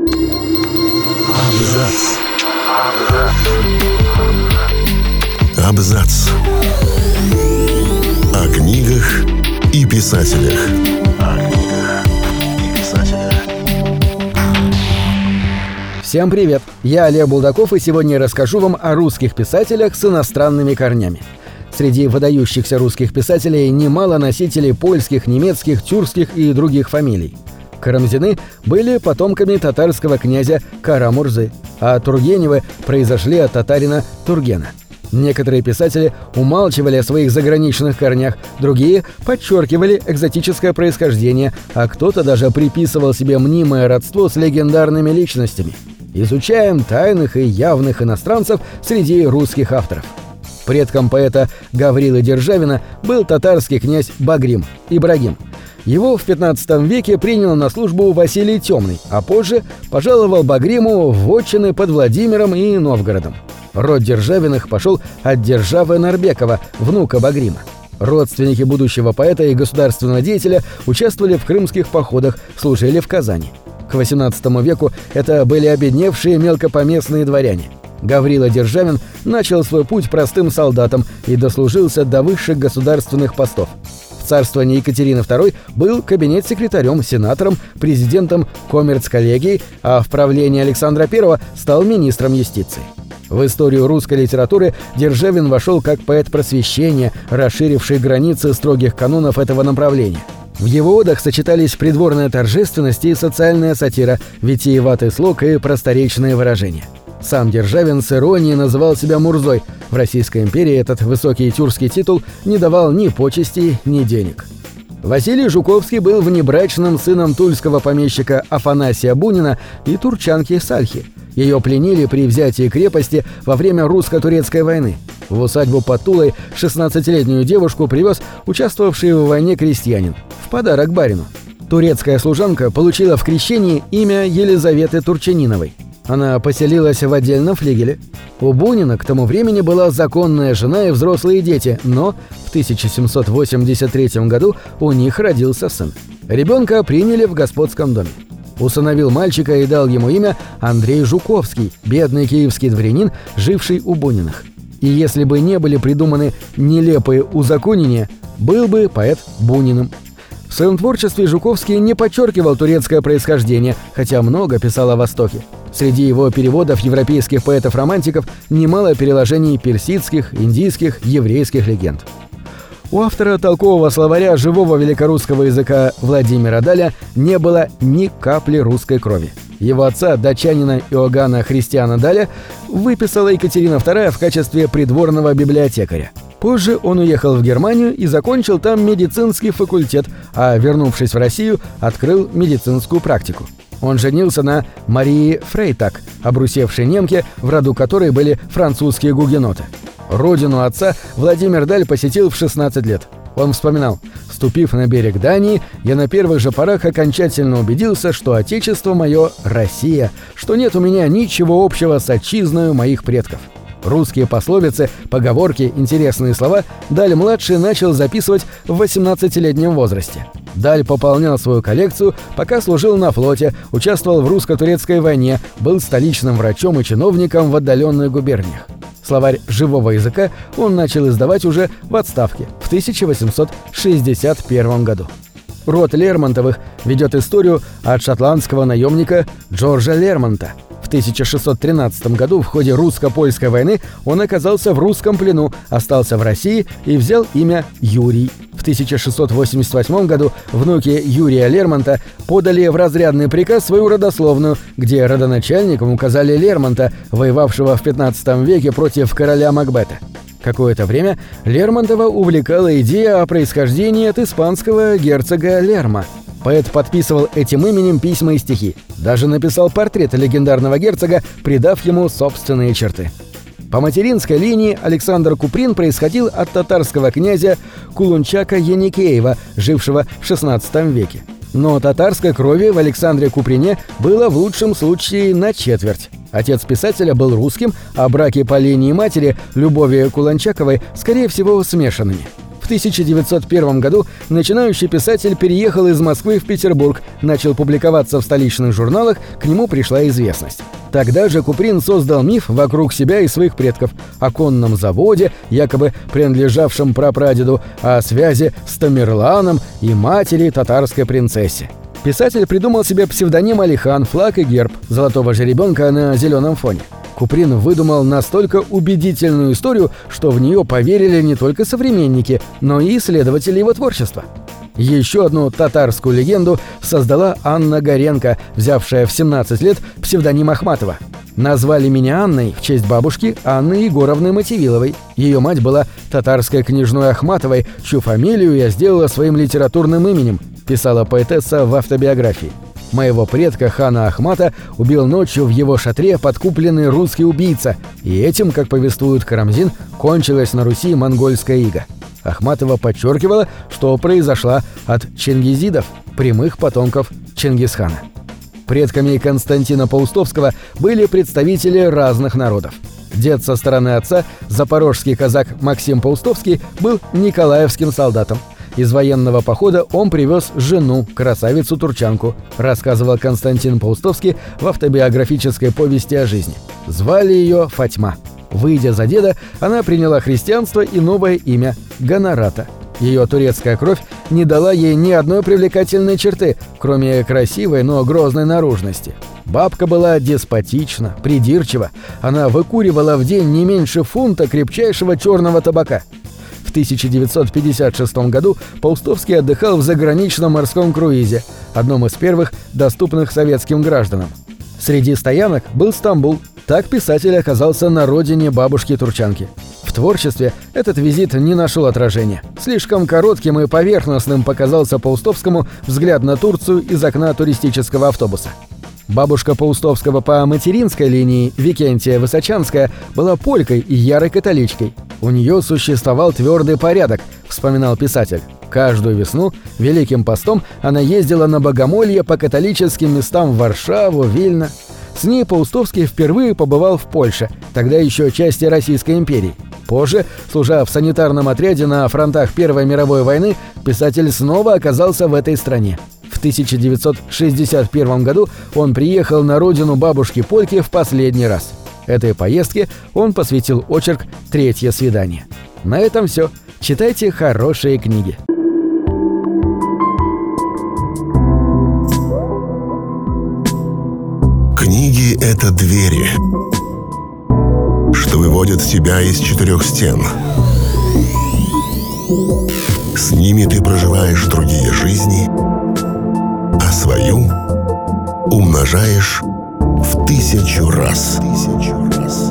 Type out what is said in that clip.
Абзац. Абзац. О книгах и писателях. Всем привет! Я Олег Булдаков, и сегодня я расскажу вам о русских писателях с иностранными корнями. Среди выдающихся русских писателей немало носителей польских, немецких, тюркских и других фамилий. Карамзины были потомками татарского князя Кара-Мурзы, а Тургеневы произошли от татарина Тургена. Некоторые писатели умалчивали о своих заграничных корнях, другие подчеркивали экзотическое происхождение, а кто-то даже приписывал себе мнимое родство с легендарными личностями. Изучаем тайных и явных иностранцев среди русских авторов. Предком поэта Гаврилы Державина был татарский князь Багрим, Ибрагим. Его в 15 веке принял на службу Василий Темный, а позже пожаловал Багриму в вотчины под Владимиром и Новгородом. Род Державиных пошел от Державы Нарбекова, внука Багрима. Родственники будущего поэта и государственного деятеля участвовали в крымских походах, служили в Казани. К XVIII веку это были обедневшие мелкопоместные дворяне. Гаврила Державин начал свой путь простым солдатом и дослужился до высших государственных постов. В царствовании Екатерины II был кабинет-секретарем, сенатором, президентом коммерц-коллегии, а в правлении Александра I стал министром юстиции. В историю русской литературы Державин вошел как поэт просвещения, расширивший границы строгих канонов этого направления. В его одах сочетались придворная торжественность и социальная сатира, витиеватый слог и просторечные выражения. Сам Державин с иронией называл себя Мурзой. В Российской империи этот высокий тюркский титул не давал ни почестей, ни денег. Василий Жуковский был внебрачным сыном тульского помещика Афанасия Бунина и турчанки Сальхи. Ее пленили при взятии крепости во время русско-турецкой войны. В усадьбу под Тулой 16-летнюю девушку привез участвовавший в войне крестьянин в подарок барину. Турецкая служанка получила в крещении имя Елизаветы Турчаниновой. Она поселилась в отдельном флигеле. У Бунина к тому времени была законная жена и взрослые дети, но в 1783 году у них родился сын. Ребенка приняли в господском доме. Усыновил мальчика и дал ему имя Андрей Жуковский, бедный киевский дворянин, живший у Буниных. И если бы не были придуманы нелепые узаконения, был бы поэт Буниным. В своем творчестве Жуковский не подчеркивал турецкое происхождение, хотя много писал о Востоке. Среди его переводов европейских поэтов-романтиков немало переложений персидских, индийских, еврейских легенд. У автора толкового словаря живого великорусского языка Владимира Даля не было ни капли русской крови. Его отца, датчанина Иоганна Христиана Даля, выписала Екатерина II в качестве придворного библиотекаря. Позже он уехал в Германию и закончил там медицинский факультет, а, вернувшись в Россию, открыл медицинскую практику. Он женился на Марии Фрейтак, обрусевшей немке, в роду которой были французские гугеноты. Родину отца Владимир Даль посетил в 16 лет. Он вспоминал: «Вступив на берег Дании, я на первых же порах окончательно убедился, что отечество мое — Россия, что нет у меня ничего общего с отчизною моих предков». Русские пословицы, поговорки, интересные слова Даль-младший начал записывать в 18-летнем возрасте. Даль пополнял свою коллекцию, пока служил на флоте, участвовал в русско-турецкой войне, был столичным врачом и чиновником в отдаленных губерниях. Словарь живого языка он начал издавать уже в отставке в 1861 году. Род Лермонтовых ведет историю от шотландского наемника Джорджа Лермонта. В 1613 году в ходе русско-польской войны он оказался в русском плену, остался в России и взял имя Юрий. В 1688 году внуки Юрия Лермонта подали в разрядный приказ свою родословную, где родоначальником указали Лермонта, воевавшего в 15 веке против короля Макбета. Какое-то время Лермонтова увлекала идея о происхождении от испанского герцога Лерма. Поэт подписывал этим именем письма и стихи. Даже написал портрет легендарного герцога, придав ему собственные черты. По материнской линии Александр Куприн происходил от татарского князя Кулунчака Еникеева, жившего в XVI веке. Но татарской крови в Александре Куприне было в лучшем случае на четверть. Отец писателя был русским, а браки по линии матери, Любови Кулончаковой, скорее всего, смешанными. В В 1901 году начинающий писатель переехал из Москвы в Петербург, начал публиковаться в столичных журналах, к нему пришла известность. Тогда же Куприн создал миф вокруг себя и своих предков о конном заводе, якобы принадлежавшем прапрадеду, о связи с Тамерланом и матери татарской принцессе. Писатель придумал себе псевдоним Алихан, флаг и герб золотого жеребенка на зеленом фоне. Куприн выдумал настолько убедительную историю, что в нее поверили не только современники, но и исследователи его творчества. Еще одну татарскую легенду создала Анна Горенко, взявшая в 17 лет псевдоним Ахматова. Назвали меня Анной в честь бабушки Анны Егоровны Мотивиловой. Ее мать была татарской княжной Ахматовой, чью фамилию я сделала своим литературным именем, писала поэтесса в автобиографии. Моего предка хана Ахмата убил ночью в его шатре подкупленный русский убийца, и этим, как повествует Карамзин, кончилась на Руси монгольская ига. Ахматова подчеркивала, что произошла от чингизидов, прямых потомков Чингисхана. Предками Константина Паустовского были представители разных народов. Дед со стороны отца, запорожский казак Максим Паустовский, был николаевским солдатом. Из военного похода он привез жену, красавицу-турчанку, рассказывал Константин Паустовский в автобиографической повести о жизни. Звали ее Фатьма. Выйдя за деда, она приняла христианство и новое имя – Гонората. Ее турецкая кровь не дала ей ни одной привлекательной черты, кроме красивой, но грозной наружности. Бабка была деспотична, придирчива. Она выкуривала в день не меньше фунта крепчайшего черного табака. В 1956 году Паустовский отдыхал в заграничном морском круизе, одном из первых, доступных советским гражданам. Среди стоянок был Стамбул. Так писатель оказался на родине бабушки-турчанки. В творчестве этот визит не нашел отражения. Слишком коротким и поверхностным показался Паустовскому взгляд на Турцию из окна туристического автобуса. Бабушка Паустовского по материнской линии, Викентия Высочанская, была полькой и ярой католичкой. У нее существовал твердый порядок, вспоминал писатель. Каждую весну, Великим постом, она ездила на богомолье по католическим местам в Варшаву, Вильно. С ней Паустовский впервые побывал в Польше, тогда еще части Российской империи. Позже, служа в санитарном отряде на фронтах Первой мировой войны, писатель снова оказался в этой стране. В 1961 году он приехал на родину бабушки Польки в последний раз. Этой поездке он посвятил очерк «Третье свидание». На этом все. Читайте хорошие книги. Книги — это двери, что выводят тебя из четырех стен. С ними ты проживаешь другие жизни, а свою умножаешь в 1000 раз.